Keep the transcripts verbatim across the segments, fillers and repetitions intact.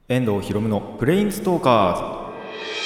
遠藤ひろむのプレインストーカーズ。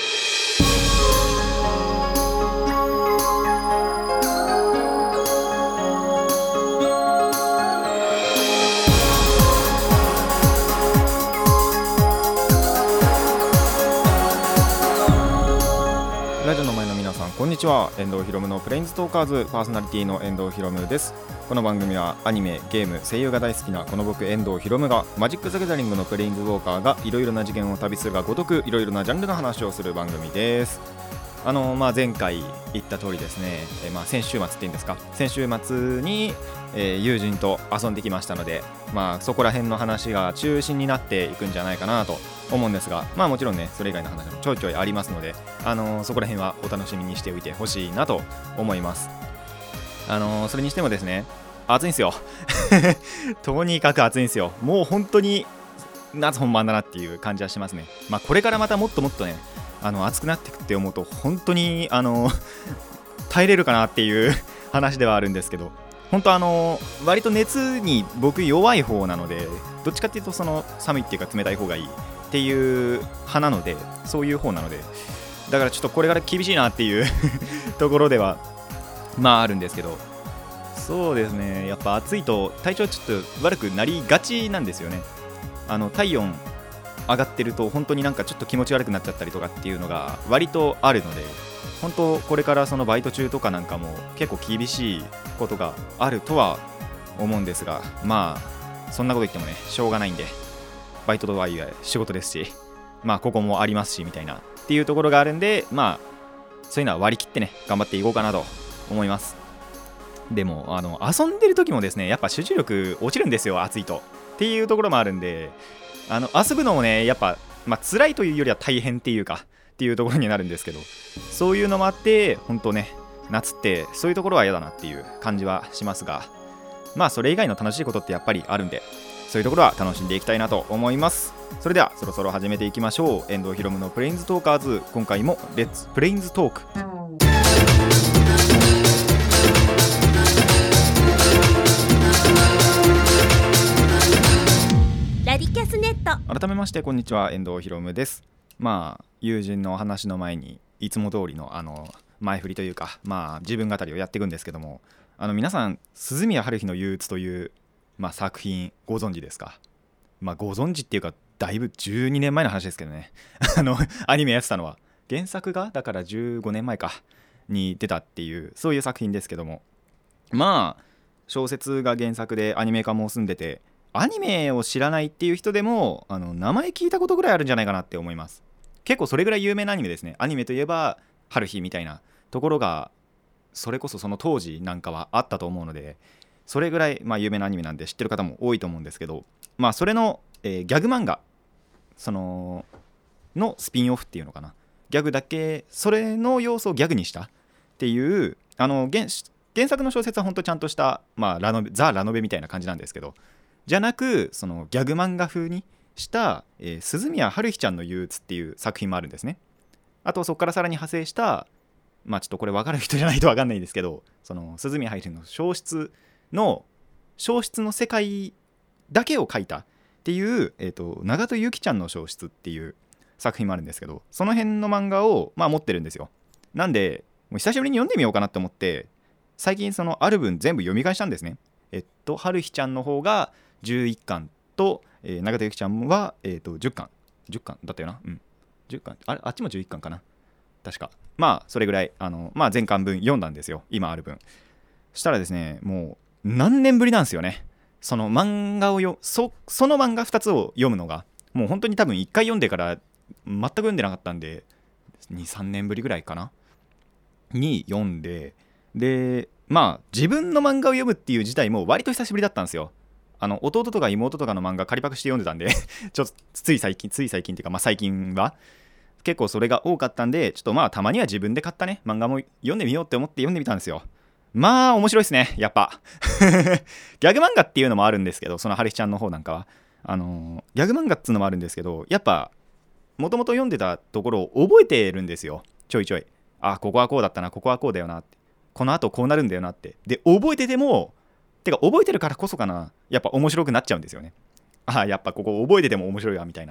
ラジオの前の皆さん、こんにちは。遠藤ひろむのプレインストーカーズパーソナリティの遠藤ひろむです。この番組はアニメ、ゲーム、声優が大好きなこの僕遠藤ひろむがマジック・ザ・ギャザリングのプレインズウォーカーがいろいろな次元を旅するがごとくいろいろなジャンルの話をする番組です。あのまあ、前回言った通りですね、えーまあ、先週末っていうんですか、先週末に、えー友人と遊んできましたので、まあ、そこら辺の話が中心になっていくんじゃないかなと思うんですが、まあもちろんねそれ以外の話もちょいちょいありますので、あのーそこら辺はお楽しみにしておいてほしいなと思います。あのーそれにしてもですね、暑いんですよとにかく暑いんですよ。もう本当に夏本番だなっていう感じはしますね。まあこれからまたもっともっとね、あの暑くなっていくって思うと本当にあの耐えれるかなっていう話ではあるんですけど、本当あの割と熱に僕弱い方なので、どっちかっていうとその寒いっていうか冷たい方がいいっていう派なので、そういう方なので、だからちょっとこれから厳しいなっていうところではまああるんですけど、そうですね、やっぱ暑いと体調ちょっと悪くなりがちなんですよね。あの体温上がってると本当になんかちょっと気持ち悪くなっちゃったりとかっていうのが割とあるので、本当これからそのバイト中とかなんかも結構厳しいことがあるとは思うんですが、まあそんなこと言ってもねしょうがないんで、バイトとはいえ仕事ですし、まあここもありますしみたいなっていうところがあるんで、まあそういうのは割り切ってね頑張っていこうかなと思います。でもあの遊んでる時もですね、やっぱ集中力落ちるんですよ、暑いとっていうところもあるんで、あの遊ぶのもねやっぱ、まあ辛いというよりは大変っていうかっていうところになるんですけど、そういうのもあって本当ね、夏ってそういうところは嫌だなっていう感じはしますが、まあそれ以外の楽しいことってやっぱりあるんで、そういうところは楽しんでいきたいなと思います。それではそろそろ始めていきましょう。遠藤ひろむのプレインズトーカーズ、今回もレッツプレインズトーク。 ラディキャスネット。 改めましてこんにちは、遠藤ひろむです。まあ友人の話の前にいつも通りのあの前振りというか、まあ自分語りをやっていくんですけども、あの皆さん涼宮ハルヒの憂鬱という、まあ、作品ご存知ですか？まあご存知っていうかだいぶじゅうにねんまえの話ですけどねあのアニメやってたのは原作がだからじゅうごねんまえかに出たっていう、そういう作品ですけども、まあ小説が原作でアニメ化も済んでて、アニメを知らないっていう人でもあの名前聞いたことぐらいあるんじゃないかなって思います。結構それぐらい有名なアニメですね。アニメといえばハルヒみたいなところがそれこそその当時なんかはあったと思うので、それぐらいまあ有名なアニメなんで知ってる方も多いと思うんですけど、まあそれの、えーギャグ漫画そののスピンオフっていうのかな、ギャグだけそれの要素をギャグにしたっていう、あの 原, 原作の小説は本当ちゃんとした、まあ、ラノベザ・ラノベみたいな感じなんですけど、じゃなくそのギャグ漫画風にした、えー、鈴宮春日ちゃんの憂鬱っていう作品もあるんですね。あとそこからさらに派生した、まあちょっとこれ分かる人じゃないと分かんないんですけど、その鈴宮春日の消失の消失の世界だけを書いたっていう、えー、と長戸ゆきちゃんの消失っていう作品もあるんですけど、その辺の漫画を、まあ、持ってるんですよ。なんでもう久しぶりに読んでみようかなと思って最近そのある分全部読み返したんですね。えっと春日ちゃんの方がじゅういっかんと、えー、永田由紀ちゃんは、えー、とじゅっかんじゅっかんだったよな。うんじゅっかん、あれあっちもじゅういっかんかな確か。まあそれぐらいあの、まあ、全巻分読んだんですよ、今ある分。したらですね、もう何年ぶりなんですよね、その漫画をよ そ, その漫画ふたつを読むのが。もう本当に多分いっかい読んでから全く読んでなかったんで に,さん 年ぶりぐらいかなに読んで、でまあ自分の漫画を読むっていう自体も割と久しぶりだったんですよ。あの弟とか妹とかの漫画借りパクして読んでたんでちょっとつい最近つい最近っていうか、まあ最近は結構それが多かったんで、ちょっとまあたまには自分で買ったね漫画も読んでみようって思って読んでみたんですよ。まあ面白いですね、やっぱギャグ漫画っていうのもあるんですけど、そのハルヒちゃんの方なんかはあのーギャグ漫画っつうのもあるんですけど、やっぱもともと読んでたところを覚えてるんですよ、ちょいちょい。あ、ここはこうだったな、ここはこうだよなって、この後こうなるんだよなって。で覚えてても、てか覚えてるからこそかな、やっぱ面白くなっちゃうんですよね。あ、やっぱここ覚えてても面白いわみたいな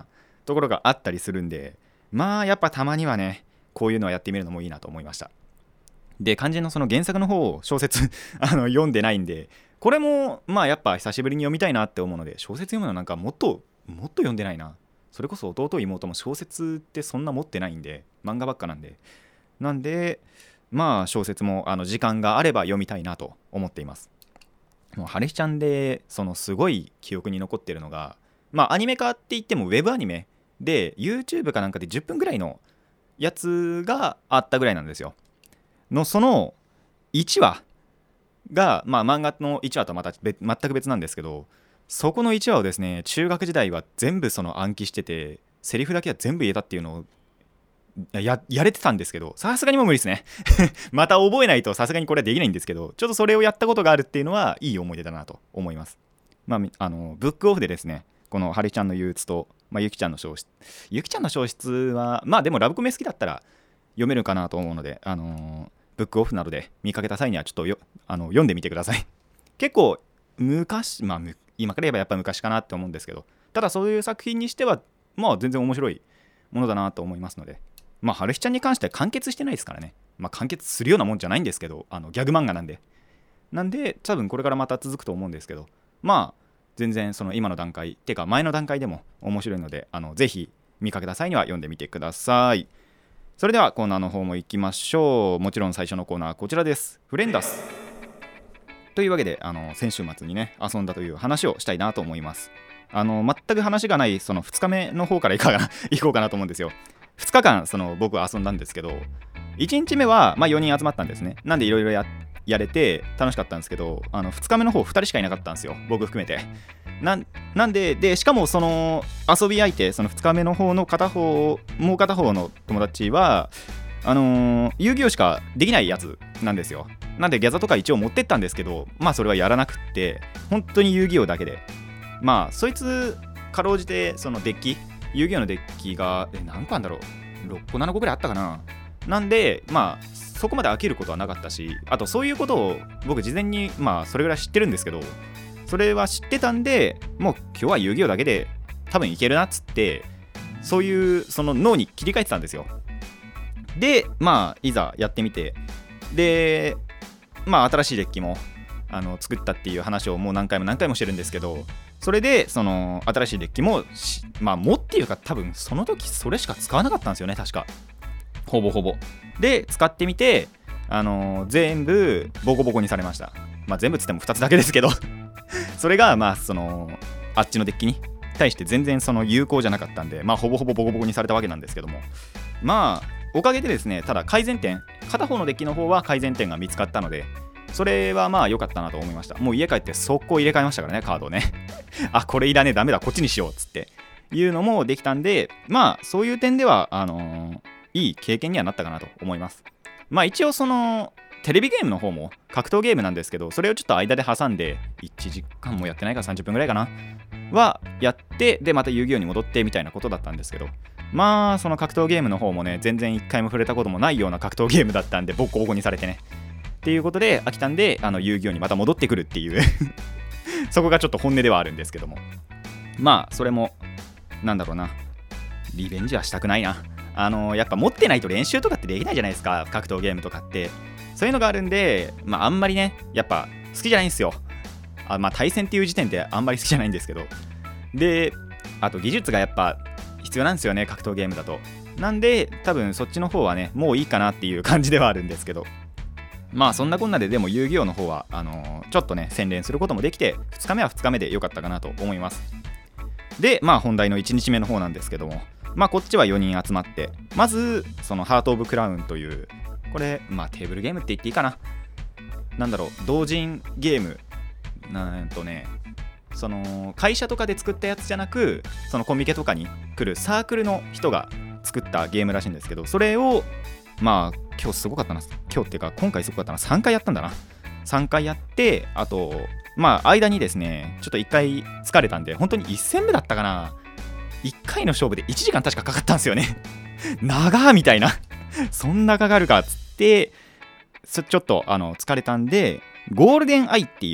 ところがあったりするんで、まあやっぱたまにはねこういうのはやってみるのもいいなと思いました。で肝心のその原作の方を小説あの読んでないんで、これもまあやっぱ久しぶりに読みたいなって思うので、小説読むのなんかもっともっと読んでないな。それこそ弟妹も小説ってそんな持ってないんで、漫画ばっかなんでなんでまあ小説もあの時間があれば読みたいなと思っています。もうハルヒちゃんでそのすごい記憶に残ってるのが、まあアニメ化って言ってもウェブアニメで YouTube かなんかでじゅっぷんぐらいのやつがあったぐらいなんですよ。のそのいちわが、まあ漫画のいちわとはまた別全く別なんですけど、そこのいちわをですね中学時代は全部その暗記してて、セリフだけは全部言えたっていうのを や, やれてたんですけど、さすがにもう無理ですねまた覚えないとさすがにこれはできないんですけど、ちょっとそれをやったことがあるっていうのはいい思い出だなと思います。まあ、あのブックオフでですねこのハルちゃんの憂鬱と、まあ、ゆきちゃんの消失ゆきちゃんの消失はまあでもラブコメ好きだったら読めるかなと思うので、あのー、ブックオフなどで見かけた際にはちょっとよあの読んでみてください結構昔、まあ今から言えばやっぱ昔かなって思うんですけど、ただそういう作品にしてはまあ全然面白いものだなと思いますので、まあハルヒちゃんに関しては完結してないですからね、まあ完結するようなもんじゃないんですけど、あのギャグ漫画なんでなんで多分これからまた続くと思うんですけど、まあ全然その今の段階っていうか前の段階でも面白いので、あのぜひ見かけた際には読んでみてください。それではコーナーの方も行きましょう。もちろん最初のコーナーはこちらです。フレンダスというわけで、あの先週末にね遊んだという話をしたいなと思います。あの全く話がないそのふつかめの方からいかが行こうかなと思うんですよ。ふつかかんその僕は遊んだんですけど、いちにちめはまあよにん集まったんですね。なんでいろいろややれて楽しかったんですけど、あのふつかめの方ふたりしかいなかったんですよ、僕含めて。な, なんででしかもその遊び相手、そのふつかめの方の片方もう片方の友達はあのー、遊戯王しかできないやつなんですよ。なんでギャザとか一応持ってったんですけど、まあそれはやらなくって本当に遊戯王だけで、まあそいつかろうじてそのデッキ遊戯王のデッキがえ何個あんだろう、ろっこななこぐらいあったかな。なんでまあそこまで飽きることはなかったし、あとそういうことを僕事前にまあそれぐらい知ってるんですけど、それは知ってたんで、もう今日は遊戯王だけで多分いけるなっつって、そういうその脳に切り替えてたんですよ。でまあいざやってみて、でまあ新しいデッキもあの作ったっていう話をもう何回も何回もしてるんですけど、それでその新しいデッキもまあもっていうか多分その時それしか使わなかったんですよね、確かほぼほぼで使ってみて、あのー、全部ボコボコにされました。まあ全部つってもふたつだけですけどそれがまあそのあっちのデッキに対して全然その有効じゃなかったんで、まあほぼほぼボコボコにされたわけなんですけども、まあおかげでですね、ただ改善点、片方のデッキの方は改善点が見つかったので、それはまあ良かったなと思いました。もう家帰って速攻入れ替えましたからね、カードをねあ、これいらねえ、ダメだ、こっちにしようっつっていうのもできたんで、まあそういう点ではあのー、いい経験にはなったかなと思います。まあ一応そのテレビゲームの方も格闘ゲームなんですけど、それをちょっと間で挟んでいちじかんもやってないからさんじゅっぷんぐらいかなはやって、でまた遊戯王に戻ってみたいなことだったんですけど、まあその格闘ゲームの方もね全然一回も触れたこともないような格闘ゲームだったんで、ボッコボコにされてねっていうことで飽きたんで、あの遊戯王にまた戻ってくるっていうそこがちょっと本音ではあるんですけども、まあそれもなんだろうな、リベンジはしたくないな。あのやっぱ持ってないと練習とかってできないじゃないですか、格闘ゲームとかって。そういうのがあるんで、まああんまりねやっぱ好きじゃないんですよ。あ、まあ対戦っていう時点であんまり好きじゃないんですけど、であと技術がやっぱ必要なんですよね、格闘ゲームだと。なんで多分そっちの方はねもういいかなっていう感じではあるんですけど、まあそんなこんなででも遊戯王の方はあのー、ちょっとね洗練することもできて、ふつかめはふつかめで良かったかなと思います。でまあ本題のいちにちめの方なんですけども、まあこっちはよにん集まって、まずそのハートオブクラウンという、これまあテーブルゲームって言っていいかな、なんだろう、同人ゲームなんとね、その会社とかで作ったやつじゃなく、そのコミケとかに来るサークルの人が作ったゲームらしいんですけど、それをまあ今日すごかったな、今日っていうか今回すごかったな、さんかいやったんだな、さんかいやって、あとまあ間にですねちょっといっかい疲れたんで、本当にいち戦目だったかな、いっかいの勝負でいちじかん確かかかったんですよね長ーみたいなそんなかかるかっつってちょっとあの疲れたんで、ゴールデンアイっていう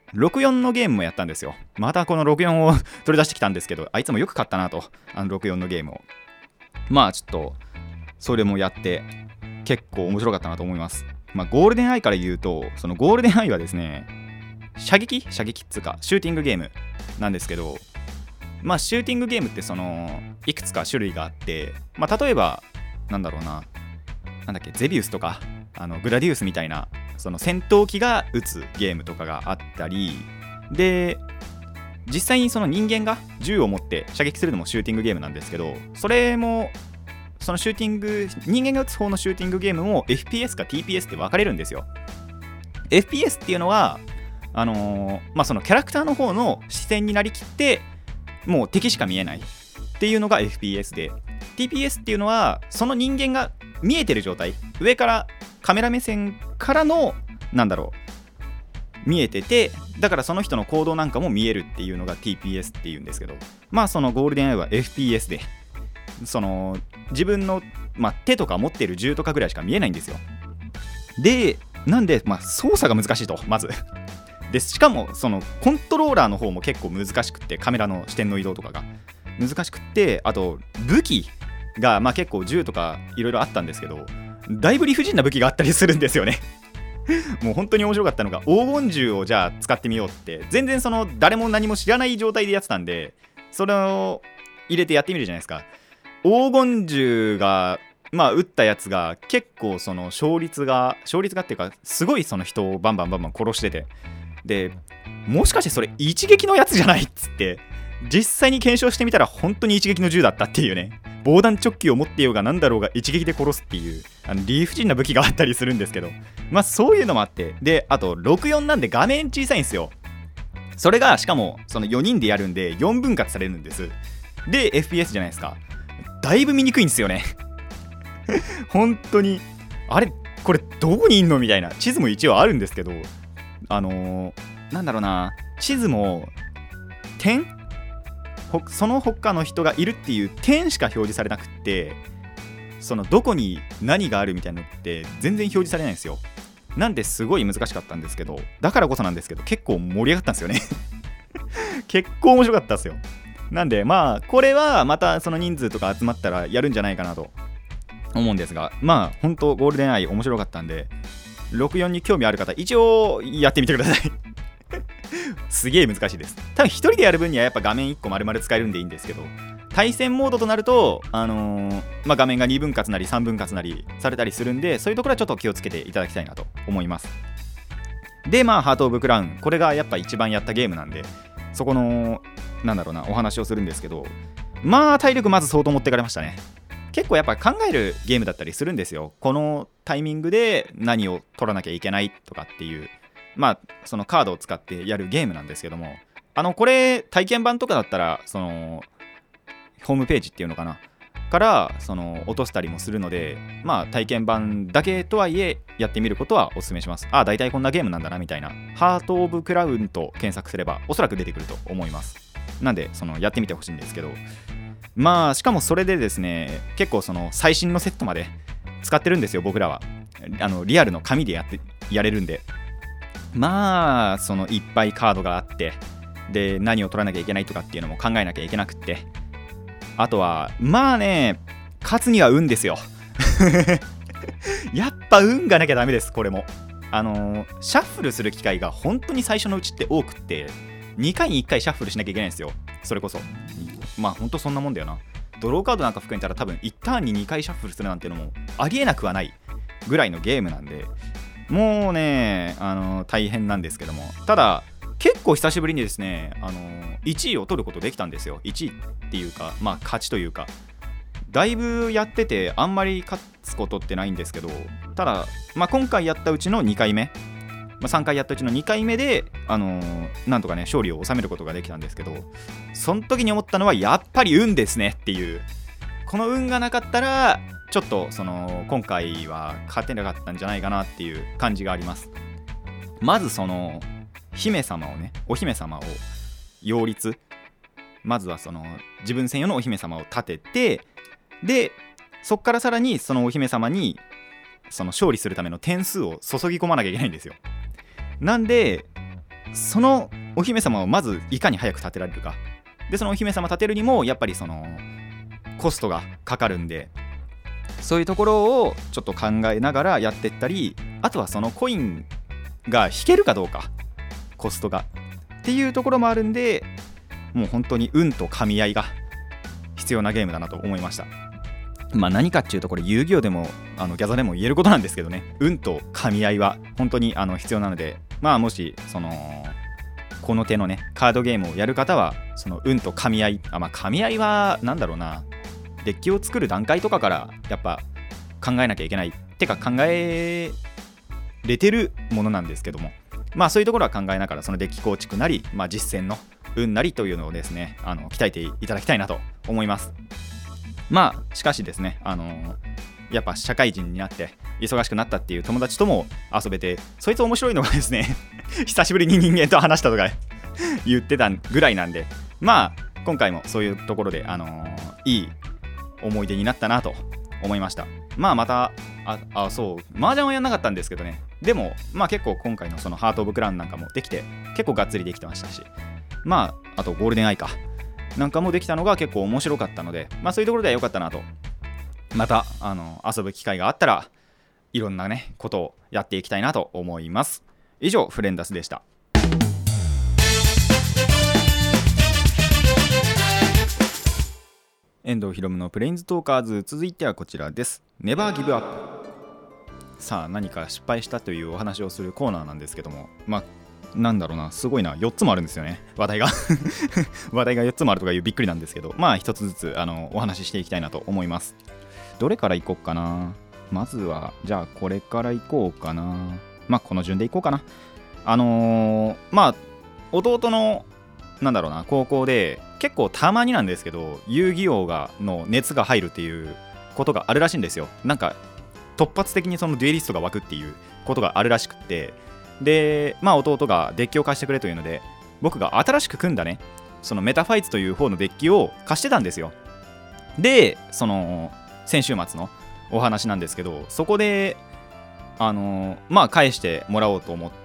ろくじゅうよんのゲームもやったんですよ。またこのろくじゅうよんを取り出してきたんですけど、あいつもよく買ったなと、あのろくじゅうよんのゲームを。まあちょっとそれもやって結構面白かったなと思います。まあゴールデンアイから言うと、そのゴールデンアイはですね、射撃射撃っつうかシューティングゲームなんですけど、まあシューティングゲームってそのいくつか種類があって、まあ例えばなんだろうな、なんだっけ、ゼビウスとかあのグラディウスみたいなその戦闘機が撃つゲームとかがあったりで、実際にその人間が銃を持って射撃するのもシューティングゲームなんですけど、それもそのシューティング人間が撃つ方のシューティングゲームも エフピーエス か ティーピーエス って分かれるんですよ。 エフピーエス っていうのはあのー、まあそのキャラクターの方の視線になりきってもう敵しか見えないっていうのが エフピーエス で、 ティーピーエス っていうのはその人間が見えてる状態、上からカメラ目線からのなんだろう見えてて、だからその人の行動なんかも見えるっていうのが ティーピーエス っていうんですけど、まあそのゴールデンアイは エフピーエス で、その自分の、まあ、手とか持ってる銃とかぐらいしか見えないんですよ。でなんで、まあ、操作が難しいとまずで、しかもそのコントローラーの方も結構難しくって、カメラの視点の移動とかが難しくって、あと武器が、まあ、結構銃とかいろいろあったんですけど、だいぶ理不尽な武器があったりするんですよねもう本当に面白かったのが、黄金銃をじゃあ使ってみようって、全然その誰も何も知らない状態でやってたんで、それを入れてやってみるじゃないですか。黄金銃がまあ撃ったやつが結構その勝率が勝率がっていうかすごいその人をバンバンバンバン殺してて、でもしかしてそれ一撃のやつじゃないっつって実際に検証してみたら本当に一撃の銃だったっていうね、防弾チョッキを持ってようがなんだろうが一撃で殺すっていう、あの理不尽な武器があったりするんですけど、まあそういうのもあって、であとろくじゅうよんなんで画面小さいんですよ。それがしかもそのよにんでやるんでよんぶん割されるんです。で エフピーエス じゃないですか。だいぶ見にくいんですよね本当にあれこれどこにいんのみたいな。地図も一応あるんですけど、あのー、なんだろうな、地図も点その他の人がいるっていう点しか表示されなくって、そのどこに何があるみたいなのって全然表示されないんですよ。なんですごい難しかったんですけど、だからこそなんですけど結構盛り上がったんですよね結構面白かったですよ。なんでまあこれはまたその人数とか集まったらやるんじゃないかなと思うんですが、まあ本当ゴールデンアイ面白かったんで、ろくじゅうよんに興味ある方一応やってみてくださいすげえ難しいです。多分一人でやる分にはやっぱ画面いっこ丸々使えるんでいいんですけど、対戦モードとなると、あのーまあ、画面がにぶん割なりさんぶん割なりされたりするんで、そういうところはちょっと気をつけていただきたいなと思います。でまあハートオブクラウン、これがやっぱ一番やったゲームなんで、そこのなんだろうなお話をするんですけど、まあ体力まず相当持ってかれましたね。結構やっぱ考えるゲームだったりするんですよ。このタイミングで何を取らなきゃいけないとかっていう、まあそのカードを使ってやるゲームなんですけども、あのこれ体験版とかだったらそのホームページっていうのかなからその落としたりもするので、まあ体験版だけとはいえやってみることはお勧めします。ああ大体こんなゲームなんだなみたいな、ハートオブクラウンと検索すればおそらく出てくると思います。なんでそのやってみてほしいんですけど、まあしかもそれでですね、結構その最新のセットまで使ってるんですよ僕らは。あのリアルの紙でやってやれるんで、まあそのいっぱいカードがあって、で何を取らなきゃいけないとかっていうのも考えなきゃいけなくって、あとはまあね勝つには運ですよやっぱ運がなきゃダメです。これもあのー、シャッフルする機会が本当に最初のうちって多くって、にかいにいっかいシャッフルしなきゃいけないんですよ。それこそまあ本当そんなもんだよな。ドローカードなんか含めたら多分いちターンににかいシャッフルするなんてのもありえなくはないぐらいのゲームなんで、もうねあのー、大変なんですけども、ただ結構久しぶりにですね、あのー、いちいを取ることできたんですよ。いちいっていうかまあ勝ちというか、だいぶやっててあんまり勝つことってないんですけど、ただ、まあ、今回やったうちのにかいめ、まあ、さんかいやったうちのにかいめで、あのー、なんとかね勝利を収めることができたんですけど、その時に思ったのはやっぱり運ですねっていう、この運がなかったらちょっとその今回は勝てなかったんじゃないかなっていう感じがあります。まずその姫様をねお姫様を擁立、まずはその自分専用のお姫様を立てて、でそっからさらにそのお姫様にその勝利するための点数を注ぎ込まなきゃいけないんですよ。なんでそのお姫様をまずいかに早く建てられるかで、そのお姫様建てるにもやっぱりそのコストがかかるんで、そういうところをちょっと考えながらやっていったり、あとはそのコインが引けるかどうか、コストがっていうところもあるんで、もう本当に運と噛み合いが必要なゲームだなと思いました。まあ何かっていうと、これ遊戯王でもあのギャザでも言えることなんですけどね、運と噛み合いは本当にあの必要なので、まあもしそのこの手のねカードゲームをやる方は、その運と噛み合い、あまあ噛み合いはなんだろうな、デッキを作る段階とかからやっぱ考えなきゃいけないってか考えれてるものなんですけども、まあそういうところは考えながら、そのデッキ構築なり、まあ、実践の運なりというのをですね、あの鍛えていただきたいなと思います。まあしかしですね、あのー、やっぱ社会人になって忙しくなったっていう友達とも遊べて、そいつ面白いのがですね久しぶりに人間と話したとか言ってたぐらいなんで、まあ今回もそういうところで、あのー、いい思い出になったなと思いました。まあまたああそう麻雀はやんなかったんですけどね、でもまあ結構今回のそのハートオブクラウンなんかもできて、結構がっつりできてましたし、まああとゴールデンアイかなんかもできたのが結構面白かったので、まあそういうところでは良かったなと。またあの遊ぶ機会があったらいろんなねことをやっていきたいなと思います。以上フレンダスでした。遠藤ひろむのプレインズトーカーズ、続いてはこちらです。ネバーギブアップ。さあ何か失敗したというお話をするコーナーなんですけども、まあなんだろうな、すごいな、よっつもあるんですよね、話題が話題がよっつもあるとかいうびっくりなんですけど、まあひとつずつあのお話ししていきたいなと思います。どれからいこうかな。まずはじゃあこれからいこうかな。まあこの順でいこうかな。あのー、まあ弟のなんだろうな、高校で結構たまになんですけど、遊戯王がの熱が入るっていうことがあるらしいんですよ。なんか突発的にそのデュエリストが湧くっていうことがあるらしくって、でまあ弟がデッキを貸してくれというので、僕が新しく組んだねそのメタファイツという方のデッキを貸してたんですよ。でその先週末のお話なんですけど、そこであのまあ返してもらおうと思って、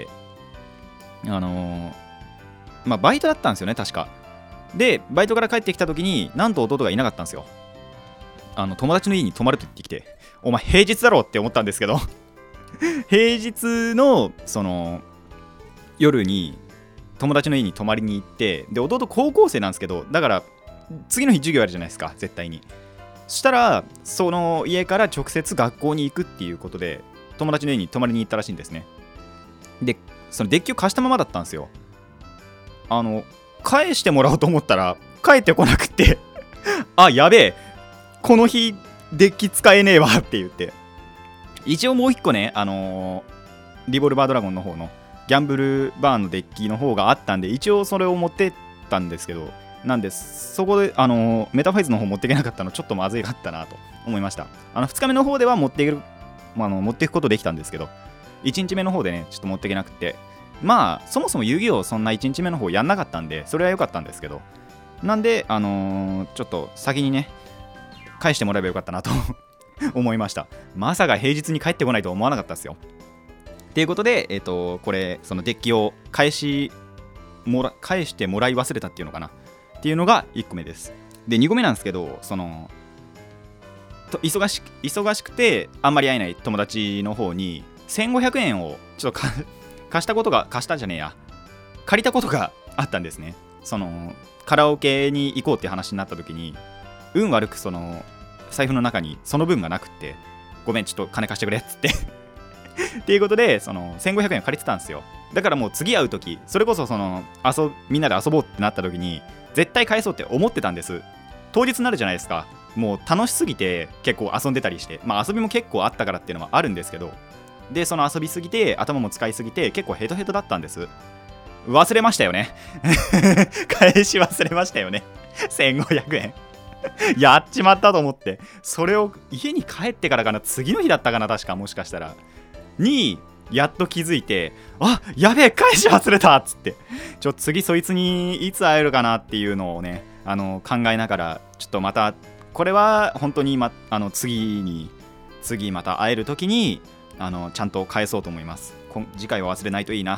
あのまあバイトだったんですよね確か。でバイトから帰ってきた時に、なんと弟がいなかったんですよ。あの友達の家に泊まると言ってきて、お前平日だろって思ったんですけど平日のその夜に友達の家に泊まりに行って、で弟高校生なんですけど、だから次の日授業あるじゃないですか絶対に。そしたらその家から直接学校に行くっていうことで、友達の家に泊まりに行ったらしいんですね。でそのデッキを貸したままだったんですよ。あの返してもらおうと思ったら帰ってこなくってあやべえ、この日デッキ使えねえわって言って、一応もう一個ね、あのー、リボルバードラゴンの方のギャンブルバーンのデッキの方があったんで、一応それを持ってったんですけど、なんでそこで、あのー、メタファイズの方持っていけなかったのちょっとまずいかったなと思いました。あのふつかめの方では持っていける、まあ、あの持っていくことできたんですけど、いちにちめの方でねちょっと持っていけなくて、まあそもそも遊戯王そんないちにちめの方やんなかったんで、それは良かったんですけど、なんであのー、ちょっと先にね返してもらえばよかったなと思いました。まさか平日に帰ってこないと思わなかったですよ。ということで、えーと、これそのデッキを返しもら返してもらい忘れたっていうのかなっていうのがいっこめです。でにこめなんですけど、そのと忙し忙しくてあんまり会えない友達の方にせんごひゃくえんをちょっと貸したことが貸したんじゃねえや借りたことがあったんですね。そのカラオケに行こうっていう話になった時に、運悪くその財布の中にその分がなくって、ごめんちょっと金貸してくれっつってっていうことでそのせんごひゃくえん借りてたんですよ。だからもう次会う時、それこそその遊みんなで遊ぼうってなった時に絶対返そうって思ってたんです。当日になるじゃないですか。もう楽しすぎて結構遊んでたりして、まあ遊びも結構あったからっていうのはあるんですけど、でその遊びすぎて頭も使いすぎて結構ヘトヘトだったんです。忘れましたよね返し忘れましたよねせんごひゃくえんやっちまったと思って、それを家に帰ってからかな、次の日だったかな確か、もしかしたらにやっと気づいて、あやべえ返し忘れたっつって、ちょっと次そいつにいつ会えるかなっていうのをね、あの考えながら、ちょっとまたこれは本当に、ま、あの次に次また会える時にあのちゃんと返そうと思います。次回は忘れないといいな。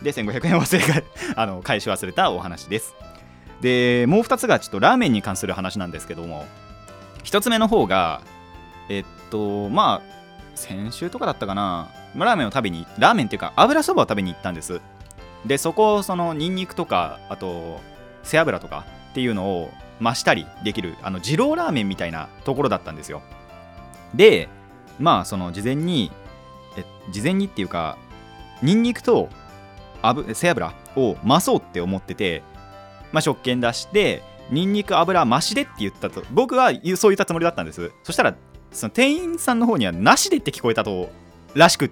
でせんごひゃくえん忘れがあの返し忘れたお話です。でもうふたつがちょっとラーメンに関する話なんですけども、ひとつめの方がえっとまあ先週とかだったかな、ラーメンを食べにラーメンっていうか油そばを食べに行ったんです。でそこそのニンニクとかあと背脂とかっていうのを増したりできるあの二郎ラーメンみたいなところだったんですよ。でまあその事前にえ事前にっていうかニンニクと油背脂を増そうって思ってて、まあ、食券出してニンニク油増しでって言ったと僕はそう言ったつもりだったんです。そしたらその店員さんの方にはなしでって聞こえたとらしくって、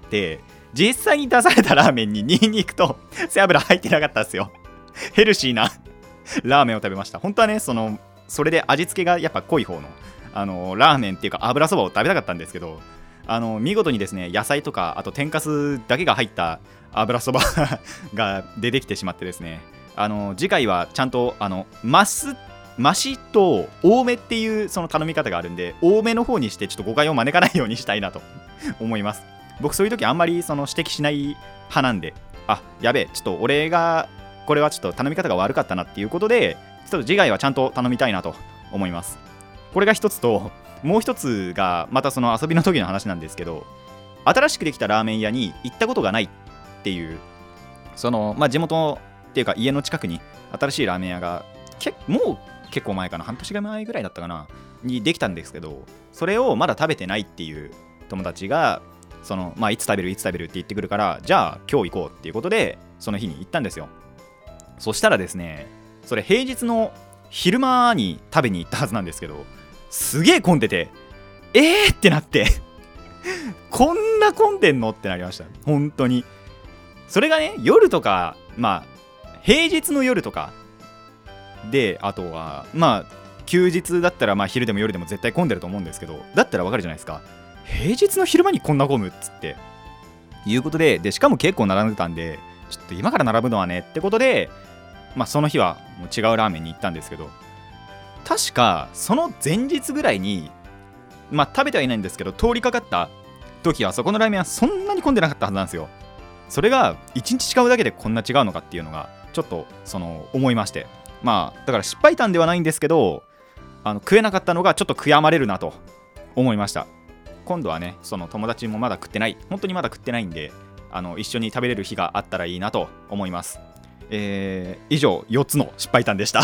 実際に出されたラーメンにニンニクと背脂入ってなかったんですよ。ヘルシーなラーメンを食べました。本当はねそのそれで味付けがやっぱ濃い方のあのラーメンっていうか油そばを食べたかったんですけど、あの見事にですね野菜とかあと天かすだけが入った油そばが出てきてしまってですね、あの次回はちゃんとあの増す増しと多めっていうその頼み方があるんで、多めの方にしてちょっと誤解を招かないようにしたいなと思います。僕そういう時あんまりその指摘しない派なんで、あやべえちょっと俺がこれはちょっと頼み方が悪かったなっていうことで、ちょっと次回はちゃんと頼みたいなと思います。これが一つと、もう一つがまたその遊びの時の話なんですけど、新しくできたラーメン屋に行ったことがないっていう、そのまあ地元っていうか家の近くに新しいラーメン屋がけもう結構前かな、半年前ぐらいだったかなにできたんですけど、それをまだ食べてないっていう友達がその、まあ、いつ食べるいつ食べるって言ってくるから、じゃあ今日行こうっていうことでその日に行ったんですよ。そしたらですね、それ平日の昼間に食べに行ったはずなんですけど、すげえ混んでて、えーってなってこんな混んでんのってなりました。本当にそれがね夜とか、まあ平日の夜とかで、あとはまあ休日だったらまあ昼でも夜でも絶対混んでると思うんですけど、だったらわかるじゃないですか。平日の昼間にこんな混むっつっていうことで、でしかも結構並んでたんで、ちょっと今から並ぶのはねってことで、まあその日はもう違うラーメンに行ったんですけど、確かその前日ぐらいにまあ食べてはいないんですけど、通りかかった時はそこのラーメンはそんなに混んでなかったはずなんですよ。それがいちにち違うだけでこんな違うのかっていうのがちょっとその思いまして、まあだから失敗談ではないんですけど、あの食えなかったのがちょっと悔やまれるなと思いました。今度はねその友達もまだ食ってない、本当にまだ食ってないんで、あの一緒に食べれる日があったらいいなと思います。えー、以上よっつの失敗談でした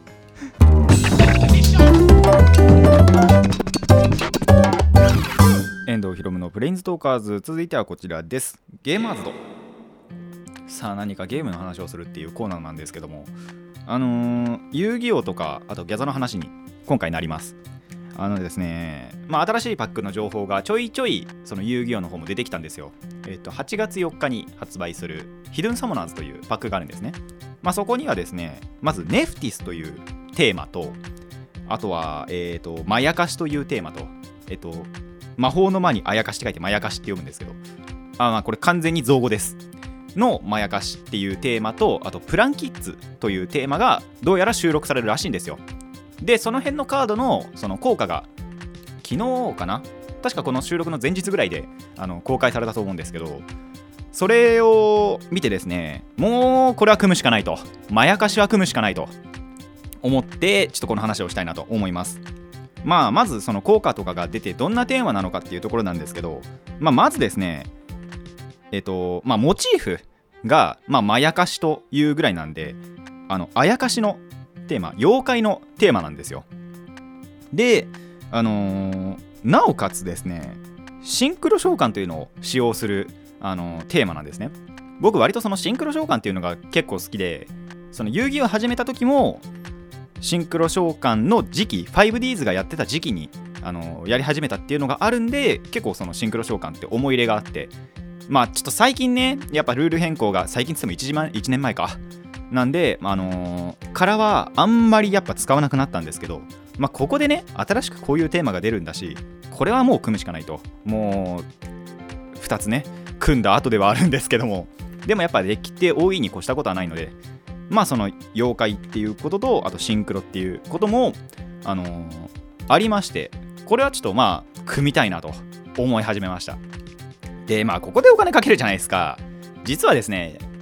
遠藤ひろむのプレインズトーカーズ、続いてはこちらです。ゲーマーズド。さあ何かゲームの話をするっていうコーナーなんですけども、あのー、遊戯王とかあとギャザの話に今回なります。あのですね、まあ新しいパックの情報がちょいちょいその遊戯王の方も出てきたんですよ。えっとはちがつよっかに発売するヒドゥンサモナーズというパックがあるんですね。まあそこにはですね、まずネフティスというテーマと、あとはえっとまやかしというテーマと、えっと魔法の魔にあやかしって書いてまやかしって読むんですけど、あまあこれ完全に造語ですのまやかしっていうテーマと、あとプランキッズというテーマがどうやら収録されるらしいんですよ。でその辺のカードのその効果が昨日かな、確かこの収録の前日ぐらいであの公開されたと思うんですけど、それを見てですね、もうこれは組むしかないと、まやかしは組むしかないと思ってちょっとこの話をしたいなと思います。まあまずその効果とかが出てどんなテーマなのかっていうところなんですけど、まあまずですね、えっとまあモチーフがまあまやかしというぐらいなんで、あのあやかしのテーマ、妖怪のテーマなんですよ。であのー、なおかつですね、シンクロ召喚というのを使用する、あのー、テーマなんですね。僕割とそのシンクロ召喚っていうのが結構好きで、その遊戯を始めた時もシンクロ召喚の時期 ファイブディーズ がやってた時期に、あのー、やり始めたっていうのがあるんで、結構そのシンクロ召喚って思い入れがあって、まあちょっと最近ねやっぱルール変更が最近つっても 1, いちねんまえかなんで、あのー、からはあんまりやっぱ使わなくなったんですけど、まあここでね新しくこういうテーマが出るんだし、これはもう組むしかないと。もうふたつね組んだ後ではあるんですけども、でもやっぱデッキって多いに越したことはないので、まあその妖怪っていうことと、あとシンクロっていうこともあのー、ありまして、これはちょっとまあ組みたいなと思い始めました。でまあここでお金かけるじゃないですか。実はですね、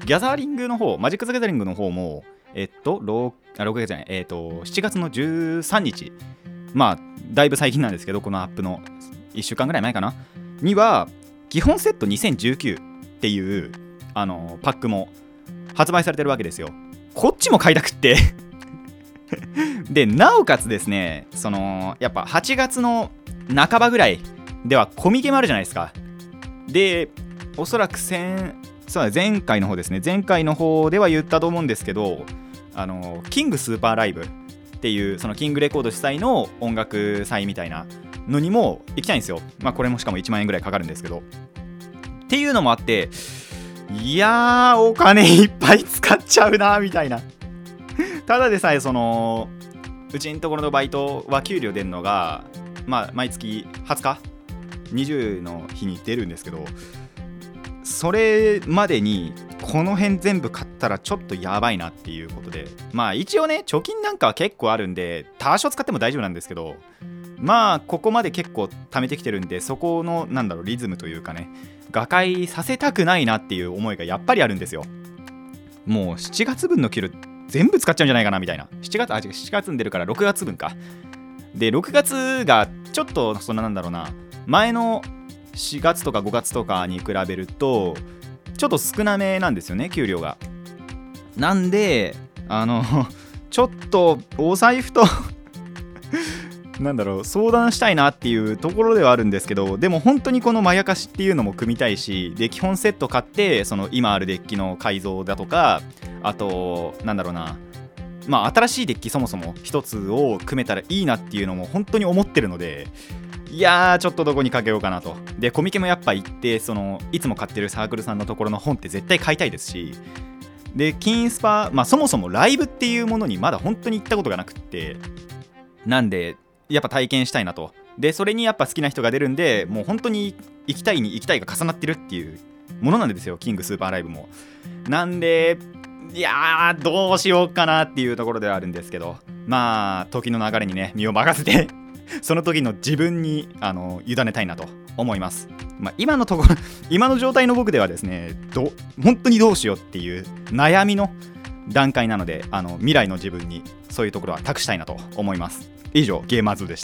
ギャザーリングの方マジック・ザ・ギャザリングの方もえっと 6, あろくがつじゃないえっとしちがつのじゅうさんにち、まあだいぶ最近なんですけど、このアップのいっしゅうかんぐらい前かなには基本セットにせんじゅうきゅうっていうあのパックも発売されてるわけですよ。こっちも買いたくってでなおかつですね、そのやっぱはちがつの半ばぐらいではコミケもあるじゃないですか。でおそらく先そう前回の方ですね前回の方では言ったと思うんですけど、あのキングスーパーライブっていうそのキングレコード主催の音楽祭みたいなのにも行きたいんですよ。まあこれもしかもいちまんえんぐらいかかるんですけど、っていうのもあって、いやーお金いっぱい使っちゃうなみたいなただでさえそのうちのところのバイトは給料出るのがまあ毎月はつかにじゅうの日に出るんですけど、それまでにこの辺全部買ったらちょっとやばいなっていうことで、まあ一応ね貯金なんかは結構あるんで多少使っても大丈夫なんですけど、まあここまで結構貯めてきてるんで、そこのなんだろうリズムというかね、瓦解させたくないなっていう思いがやっぱりあるんですよ。もうしちがつぶんの給料全部使っちゃうんじゃないかなみたいな。しちがつあ違うしちがつに出るからろくがつぶんか。でろくがつがちょっとそんななんだろうな、前のしがつとかごがつとかに比べるとちょっと少なめなんですよね、給料が。なんであのちょっとお財布となんだろう相談したいなっていうところではあるんですけど、でも本当にこのまやかしっていうのも組みたいし、で基本セット買ってその今あるデッキの改造だとか、あとなんだろうな、まあ新しいデッキそもそも一つを組めたらいいなっていうのも本当に思ってるので、いやーちょっとどこにかけようかなと。でコミケもやっぱ行ってそのいつも買ってるサークルさんのところの本って絶対買いたいですし、で金スパ、まあそもそもライブっていうものにまだ本当に行ったことがなくって、なんでやっぱ体験したいなと。でそれにやっぱ好きな人が出るんで、もう本当に行きたいに行きたいが重なってるっていうものなんですよ、キングスーパーライブも。なんでいやーどうしようかなっていうところではあるんですけど、まあ時の流れにね身を任せてその時の自分にあの委ねたいなと思います。まあ、今のところ今の状態の僕ではですね、ど本当にどうしようっていう悩みの段階なので、あの未来の自分にそういうところは託したいなと思います。以上ゲーマーズでした。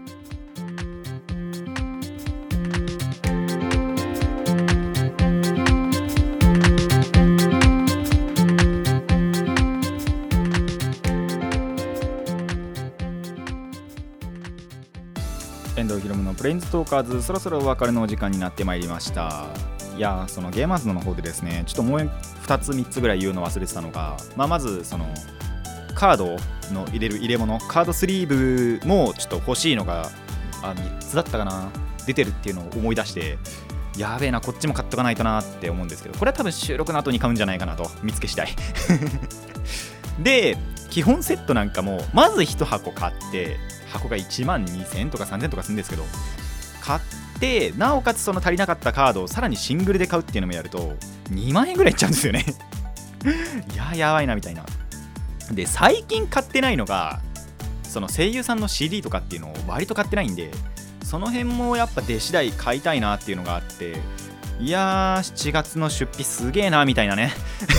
遠藤ひろむのプレインズトーカーズ、そろそろお別れのお時間になってまいりました。いやそのゲーマーズの方でですね、ちょっともうふたつみっつぐらい言うの忘れてたのが、まあ、まずそのカードの入れる入れ物、カードスリーブもちょっと欲しいのがあみっつだったかな、出てるっていうのを思い出して、やべえなこっちも買っとかないとなって思うんですけど、これは多分収録の後に買うんじゃないかなと見つけしたいで基本セットなんかもまずいちはこ買って、箱がいちまんにせんえんとかさんぜんえんとかするんですけど、買ってなおかつその足りなかったカードをさらにシングルで買うっていうのもやるとにまんえんぐらいいっちゃうんですよねいややばいなみたいな。で最近買ってないのがその声優さんの シーディー とかっていうのを割と買ってないんで、その辺もやっぱ出次第買いたいなっていうのがあって、いやーしちがつの出費すげえなみたいなね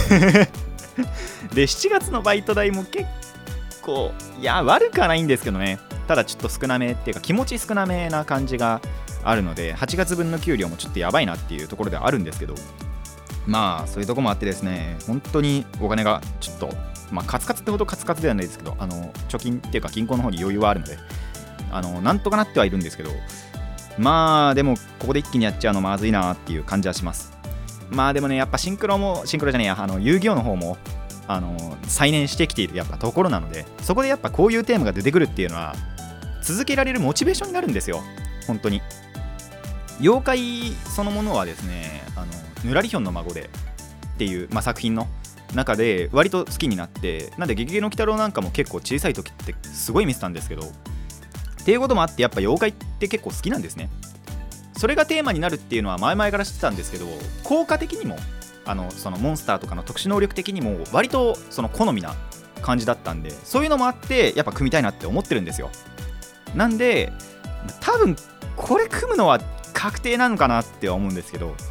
でしちがつのバイト代も結構いや悪くはないんですけどね、ただちょっと少なめっていうか気持ち少なめな感じがあるので、はちがつぶんの給料もちょっとやばいなっていうところではあるんですけど、まあそういうとこもあってですね、本当にお金がちょっとまあカツカツってほどカツカツではないですけど、あの貯金っていうか銀行の方に余裕はあるので、あのなんとかなってはいるんですけど、まあでもここで一気にやっちゃうのまずいなっていう感じはします。まあでもねやっぱシンクロもシンクロじゃねえやあの遊戯王の方もあの再燃してきているやっぱところなので、そこでやっぱこういうテーマが出てくるっていうのは続けられるモチベーションになるんですよ。本当に妖怪そのものはですね、あのぬらりひょんの孫でっていう、まあ、作品の中で割と好きになって、なんでゲゲゲの鬼太郎なんかも結構小さい時ってすごい見てたんですけど、っていうこともあってやっぱ妖怪って結構好きなんですね。それがテーマになるっていうのは前々から知ってたんですけど、効果的にもあのそのモンスターとかの特殊能力的にも割とその好みな感じだったんで、そういうのもあってやっぱ組みたいなって思ってるんですよ。なんで多分これ組むのは確定なのかなって思うんですけど、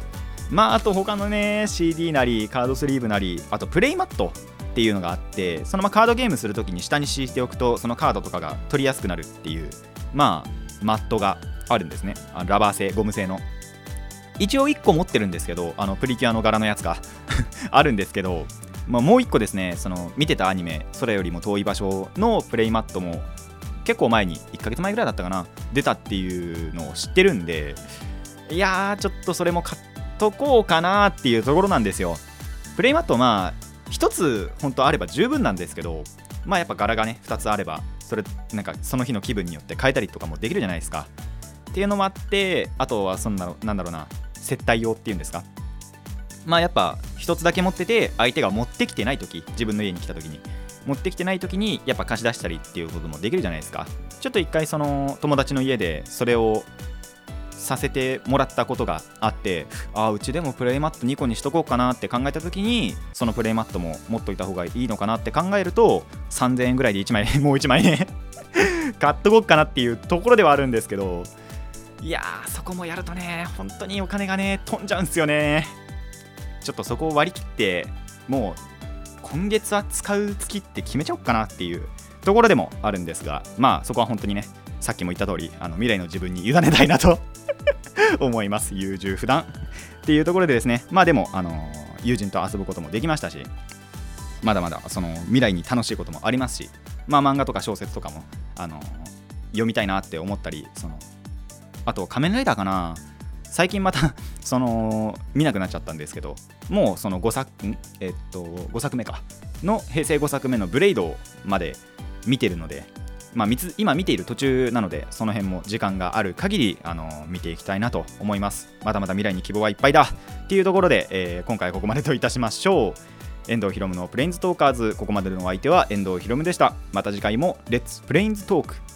まああと他のね シーディー なりカードスリーブなり、あとプレイマットっていうのがあって、そのまあカードゲームするときに下に敷いておくとそのカードとかが取りやすくなるっていう、まあマットがあるんですね。あラバー製、ゴム製の。一応いっこ持ってるんですけど、あのプリキュアの柄のやつがあるんですけど、まあ、もういっこですね、その見てたアニメそれよりも遠い場所のプレイマットも結構前にいっかげつまえぐらいだったかな、出たっていうのを知ってるんで、いやーちょっとそれも買っとこうかなっていうところなんですよ。プレイマットまあひとつ本当あれば十分なんですけど、まあやっぱ柄がねふたつあればそれなんかその日の気分によって変えたりとかもできるじゃないですかっていうのもあって、あとはそんなのなんだろうな、接待用っていうんですか、まあやっぱ一つだけ持ってて相手が持ってきてない時、自分の家に来た時に持ってきてない時にやっぱ貸し出したりっていうこともできるじゃないですか。ちょっと一回その友達の家でそれをさせてもらったことがあって、ああうちでもプレイマットにこにしとこうかなって考えた時に、そのプレイマットも持っといた方がいいのかなって考えるとさんぜんえんぐらいでいちまいもういちまいね買っとこうかなっていうところではあるんですけど、いやーそこもやるとね本当にお金がね飛んじゃうんすよね。ちょっとそこを割り切ってもう今月は使う月って決めちゃおうかなっていうところでもあるんですが、まあそこは本当にねさっきも言った通り、あの未来の自分に委ねたいなと思います。優柔不断っていうところでですね、まあでも、あのー、友人と遊ぶこともできましたし、まだまだその未来に楽しいこともありますし、まあ漫画とか小説とかも、あのー、読みたいなって思ったり、そのあと仮面ライダーかな、最近またその見なくなっちゃったんですけど、もうそのごさくんえっとごさくめかの平成ごさくめのブレイドまで見てるので、まあ、今見ている途中なので、その辺も時間がある限りあの見ていきたいなと思います。まだまだ未来に希望はいっぱいだっていうところで、えー、今回はここまでといたしましょう。遠藤ひろむのプレインズトーカーズ、ここまでのお相手は遠藤ひろむでした。また次回もレッツプレインズトーク